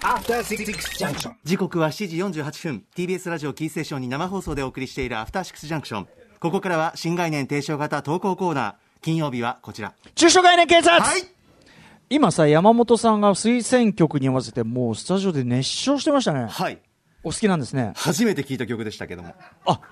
アフターシックスジャンクション。 時刻は7時48分 TBS ラジオキーステーションに生放送でお送りしているアフターシックスジャンクション。ここからは新概念提唱型投稿コーナー。金曜日はこちら、 中小概念警察、 はい、 今さ山本さんが推薦曲に合わせてもうスタジオで熱唱してましたね。 はい、 お好きなんですね。 初めて聞いた曲でしたけども。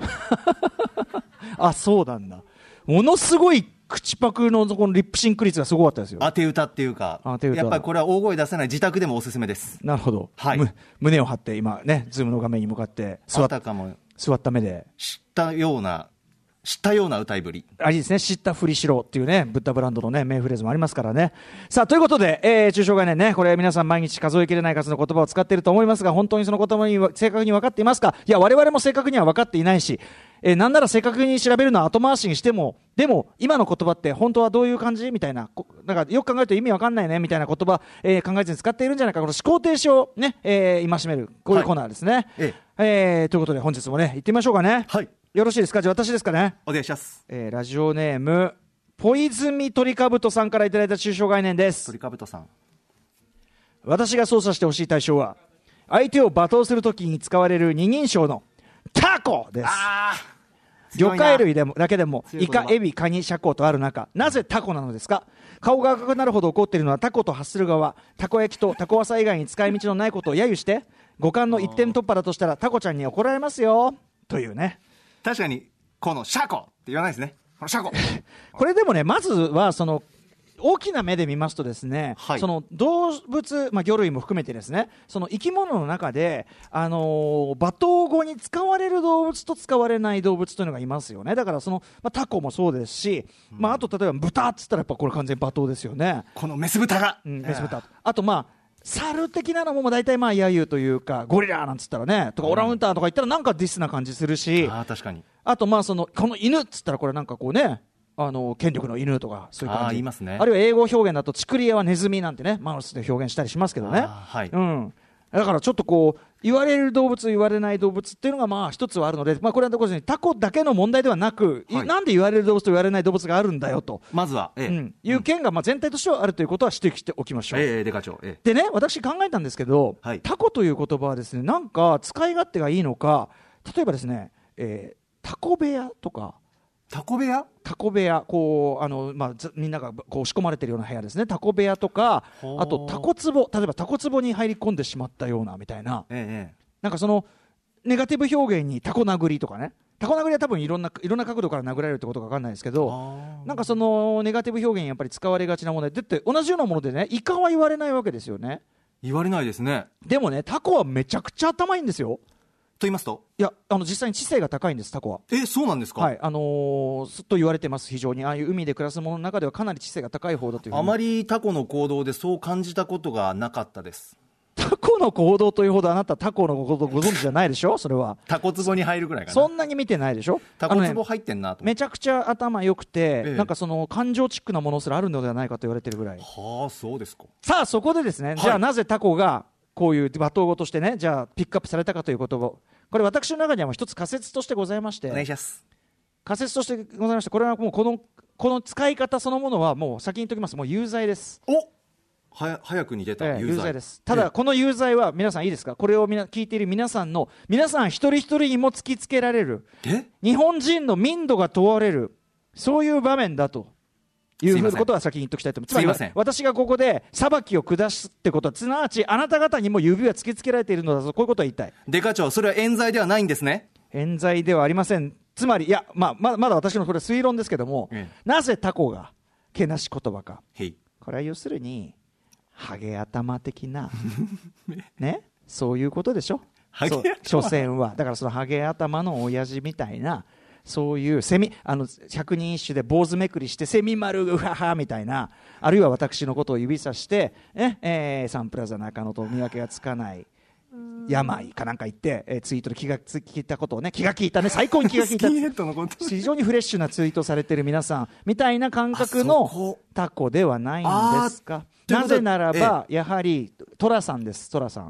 あそうなんだ。ものすごい口パクのこのリップシンク率がすごかったですよ。 当て歌っていうか、やっぱりこれは大声出せない自宅でもおすすめです。 なるほど、 はい、 胸を張って今ねズームの画面に向かってあたかも座った目で知ったような歌いぶり。 あれですね、知ったふりしろっていうね、ブッダブランドのね、名フレーズもありますからね。さあ、ということで、中小概念ね、これ皆さん毎日数えきれない数の言葉を使っていると思いますが、本当にその言葉に正確に分かっていますか？いや、我々も正確には分かっていないし、なんなら正確に調べるのは後回しにしても、でも、今の言葉って本当はどういう感じみたいな、なんかよく考えると意味わかんないね、みたいな言葉、考えずに使っているんじゃないか、この思考停止をね、戒める、こういうコーナーですね。ということで本日もね、行ってみましょうかね。 はい。 よろしいですか？じゃあ私ですかね。 お願いします。 ラジオネームポイズミトリカブトさんからいただいた抽象概念です。 トリカブトさん。 私が操作してほしい対象は相手を罵倒するときに使われる二人称のタコです。魚介類でもだけでもイカ、エビ、カニ、シャコとある中、なぜタコなのですか？顔が赤くなるほど怒っているのはタコと発する側、たこ焼きとタコワサ以外に使い道のないことを揶揄して五感の一点突破だとしたらタコちゃんに怒られますよというね。 確かにこのシャコって言わないですね。このシャコこれでもね、まずはその大きな目で見ますとですね、 はい、 その動物、魚類も含めてですね、その生き物の中で、罵倒語に使われる動物と使われない動物というのがいますよね。だからその、タコもそうですし、あと例えば豚っつったらやっぱこれ完全に罵倒ですよね。 このメス豚が、 メス豚。あと猿的なのも大体揶揄というか、ゴリラなんつったらね、とかオランウータンとか言ったらなんかディスな感じするし、 確かに。 あとこの犬っつったらこれなんかこうね、権力の犬とかそういう感じ。 言いますね。 あるいは英語表現だとチクリエはネズミなんてね、マウスで表現したりしますけどね。 はい、 だからちょっとこう言われる動物言われない動物っていうのが一つはあるので、これはどタコだけの問題ではなく、なんで言われる動物と言われない動物があるんだよと、 まずは、 いう件が全体としてはあるということは指摘しておきましょう。 デカ長、 でね、私考えたんですけど、タコという言葉はですね、なんか使い勝手がいいのか、例えばですね、タコ部屋とか。 タコ部屋、 こうみんながこう押し込まれてるような部屋ですね。タコ部屋とか、あとタコ壺、例えばタコ壺に入り込んでしまったようなみたいな、なんかそのネガティブ表現にタコ殴りとかね。タコ殴りは多分いろんな角度から殴られるってことか分かんないですけど、なんかそのネガティブ表現にやっぱり使われがちなもので、だって同じようなものでね、イカは言われないわけですよね。 言われないですね。 でもね、タコはめちゃくちゃ頭いいんですよ。 と言いますと、 いや実際に知性が高いんです、タコは。 そうなんですか？ はい、と言われてます。非常にああいう海で暮らすものの中ではかなり知性が高い方だという。 あまりタコの行動でそう感じたことがなかったです。 タコの行動というほどあなたタコのことをご存知じゃないでしょ。それはタコ壺に入るぐらいかな。 そんなに見てないでしょ。 タコ壺入ってんなと、 めちゃくちゃ頭良くて、なんかその感情チックなものすらあるのではないかと言われてるぐらい。 そうですか。 さあそこでですね、じゃあなぜタコがこういう罵倒語としてね、じゃあピックアップされたかということを、これ私の中には一つ仮説としてございまして、 お願いします。 仮説としてございまして、これはもうこの使い方そのものはもう先に言っておきます。もう有罪です。 早くに出た有罪です。ただこの有罪は皆さんいいですか？これを聞いている皆さん一人一人にも突きつけられる、日本人の民度が問われる、そういう場面だということは先に言っておきたいと思います。つまり私がここで裁きを下すってことは、すなわちあなた方にも指は突きつけられているのだぞ、こういうことを言いたい。 デカ長、それは冤罪ではないんですね。 冤罪ではありません。つまりまだ私のこれ推論ですけども、なぜタコがけなし言葉か、これは要するにハゲ頭的なね、そういうことでしょ。所詮はだからそのハゲ頭の親父みたいな、そういう百人一首で坊主めくりしてセミ丸うははみたいな、あるいは私のことを指さして、サンプラザ中野と見分けがつかない病かなんか言って、ツイートで気が利いたことをね、気が利いたね、最高に気が利いた非常にフレッシュなツイートされてる皆さんみたいな感覚のタコではないんですか。なぜならばやはりトラさんです。トラさん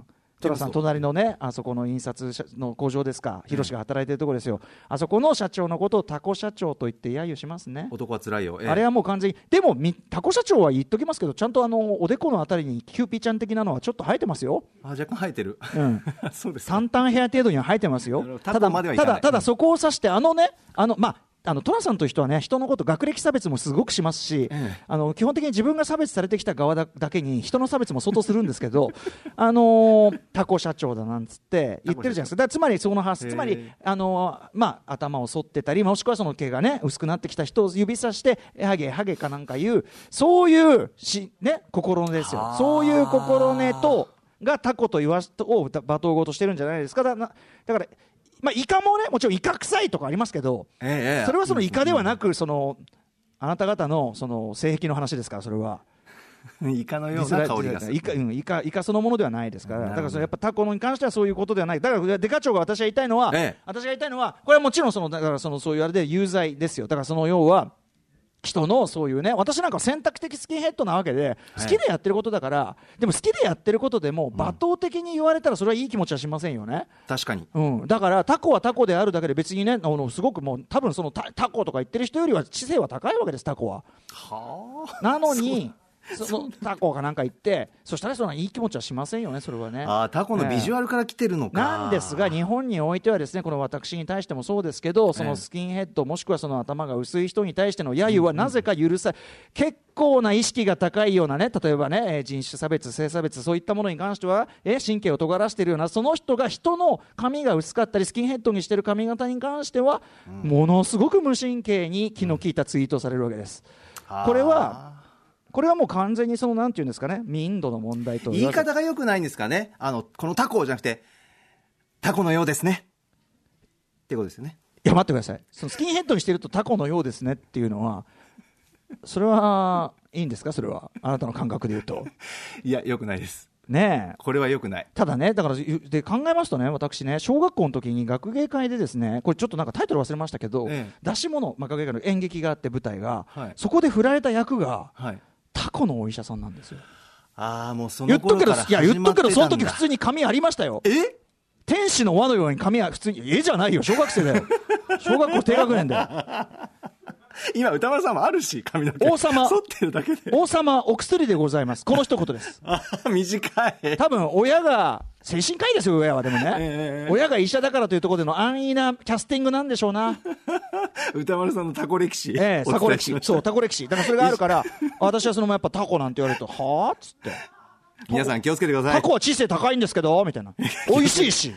寅さん隣のね、あそこの印刷の工場ですか、広志が働いてるところですよ、あそこの社長のことをタコ社長と言って揶揄しますね。 男はつらいよ、 あれはもう完全に。でもタコ社長は言っときますけど、ちゃんとおでこのあたりにキューピーちゃん的なのはちょっと生えてますよ。 若干生えてる、そうですか。 三端ヘア程度には生えてますよ。ただそこを指して寅さんという人はね、人のこと学歴差別もすごくしますし、基本的に自分が差別されてきた側だけに人の差別も相当するんですけどタコ社長だなんつって言ってるじゃないですか。だからつまりその発つまり頭を反ってたり、もしくはその毛がね薄くなってきた人を指さしてハゲハゲかなんかいうそういう心根ですよ。そういう心根がタコと言わすとを罵倒語としてるんじゃないですか。だからイカもね、もちろんイカ臭いとかありますけど、それはそのイカではなく、あなた方のその性癖の話ですから、それはイカのような香りがする。 イカそのものではないですから。だからやっぱタコに関してはそういうことではない。だからデカ長が私が言いたいのは、これはもちろんだからそういうあれで有罪ですよ。だからその要は人のそういうね、私なんか選択的スキンヘッドなわけで好きでやってることだから、でも好きでやってることでも罵倒的に言われたらそれはいい気持ちはしませんよね。 確かに、 だからタコはタコであるだけで別にね、すごくもう多分そのタコとか言ってる人よりは知性は高いわけです、タコは。なのにそのタコがなんか言って、そしたらそんないい気持ちはしませんよね、それはね。 タコのビジュアルから来てるのか、 なんですが、日本においてはですね、この私に対してもそうですけど、そのスキンヘッドもしくはその頭が薄い人に対しての揶揄はなぜか許さ結構な意識が高いようなね、例えばね、人種差別、性差別、そういったものに関しては神経を尖らせているような、その人が人の髪が薄かったりスキンヘッドにしている髪型に関しては、ものすごく無神経に気の利いたツイートされるわけです。これはもう完全になんていうんですかね、民度の問題と言い方が良くないんですかね。このタコじゃなくてタコのようですねってことですよね。 いや待ってください、そのスキンヘッドにしてるとタコのようですねっていうのは、それはいいんですか、それはあなたの感覚で言うと。 いや良くないですね。 これは良くない。 ただね、だからで考えますとね、私ね、小学校の時に学芸会でですね、これちょっとなんかタイトル忘れましたけど、出し物、学芸会の演劇があって舞台が、そこで振られた役が、タコのお医者さんなんですよ。 もうその頃から始まってたんだ。 言っとくけどその時普通に髪ありましたよ。天使の輪のように髪は普通にじゃないよ、小学生だよ。小学校低学年だよ。 今歌丸さんもあるし、髪の毛王様剃ってるだけで。 王様お薬でございます、この一言です。 短い。 多分親が精神科医ですよ、親は。でもね、親が医者だからというところでの安易なキャスティングなんでしょうな。 歌丸さんのタコ歴史、 タコ歴史、そうタコ歴史だからそれがあるから私はそのままやっぱタコなんて言われるとはあっつって、 皆さん気をつけてください。 タコは知性高いんですけどみたいな、美味しいし。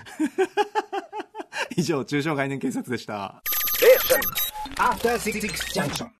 以上、中小概念警察でした。